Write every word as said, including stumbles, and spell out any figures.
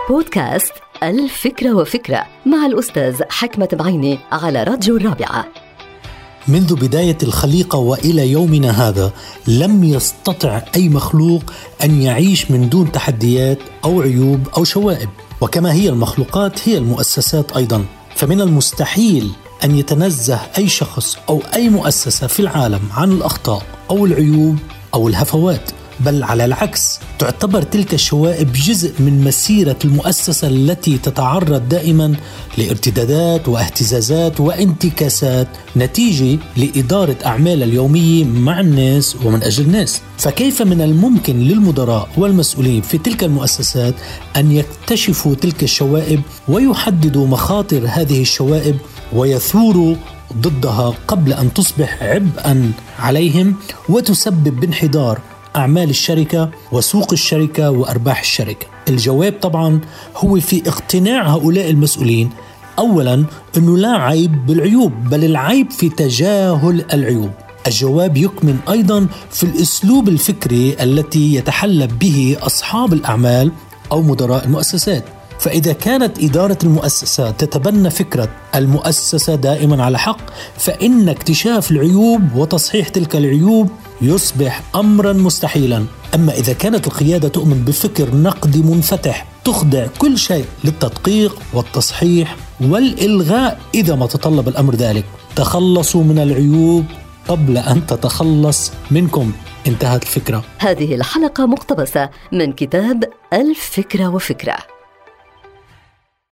بودكاست الفكرة وفكرة مع الأستاذ حكمة بعيني على راديو الرابعة. منذ بداية الخليقة وإلى يومنا هذا لم يستطع أي مخلوق أن يعيش من دون تحديات أو عيوب أو شوائب، وكما هي المخلوقات هي المؤسسات أيضا. فمن المستحيل أن يتنزه أي شخص أو أي مؤسسة في العالم عن الأخطاء أو العيوب أو الهفوات، بل على العكس تعتبر تلك الشوائب جزء من مسيرة المؤسسة التي تتعرض دائما لارتدادات واهتزازات وانتكاسات نتيجة لإدارة أعمال اليومية مع الناس ومن أجل الناس. فكيف من الممكن للمدراء والمسؤولين في تلك المؤسسات أن يكتشفوا تلك الشوائب ويحددوا مخاطر هذه الشوائب ويثوروا ضدها قبل أن تصبح عبئا عليهم وتسبب بانحدار أعمال الشركة وسوق الشركة وأرباح الشركة؟ الجواب طبعا هو في اقتناع هؤلاء المسؤولين أولا أنه لا عيب بالعيوب، بل العيب في تجاهل العيوب. الجواب يكمن أيضا في الأسلوب الفكري التي يتحلى به أصحاب الأعمال أو مدراء المؤسسات. فإذا كانت إدارة المؤسسة تتبنى فكرة المؤسسة دائما على حق، فإن اكتشاف العيوب وتصحيح تلك العيوب يصبح أمرا مستحيلا. أما إذا كانت القيادة تؤمن بفكر نقدي منفتح تخضع كل شيء للتدقيق والتصحيح والإلغاء إذا ما تطلب الأمر ذلك. تخلصوا من العيوب قبل أن تتخلص منكم. انتهت الفكرة. هذه الحلقة مقتبسة من كتاب الفكرة وفكرة.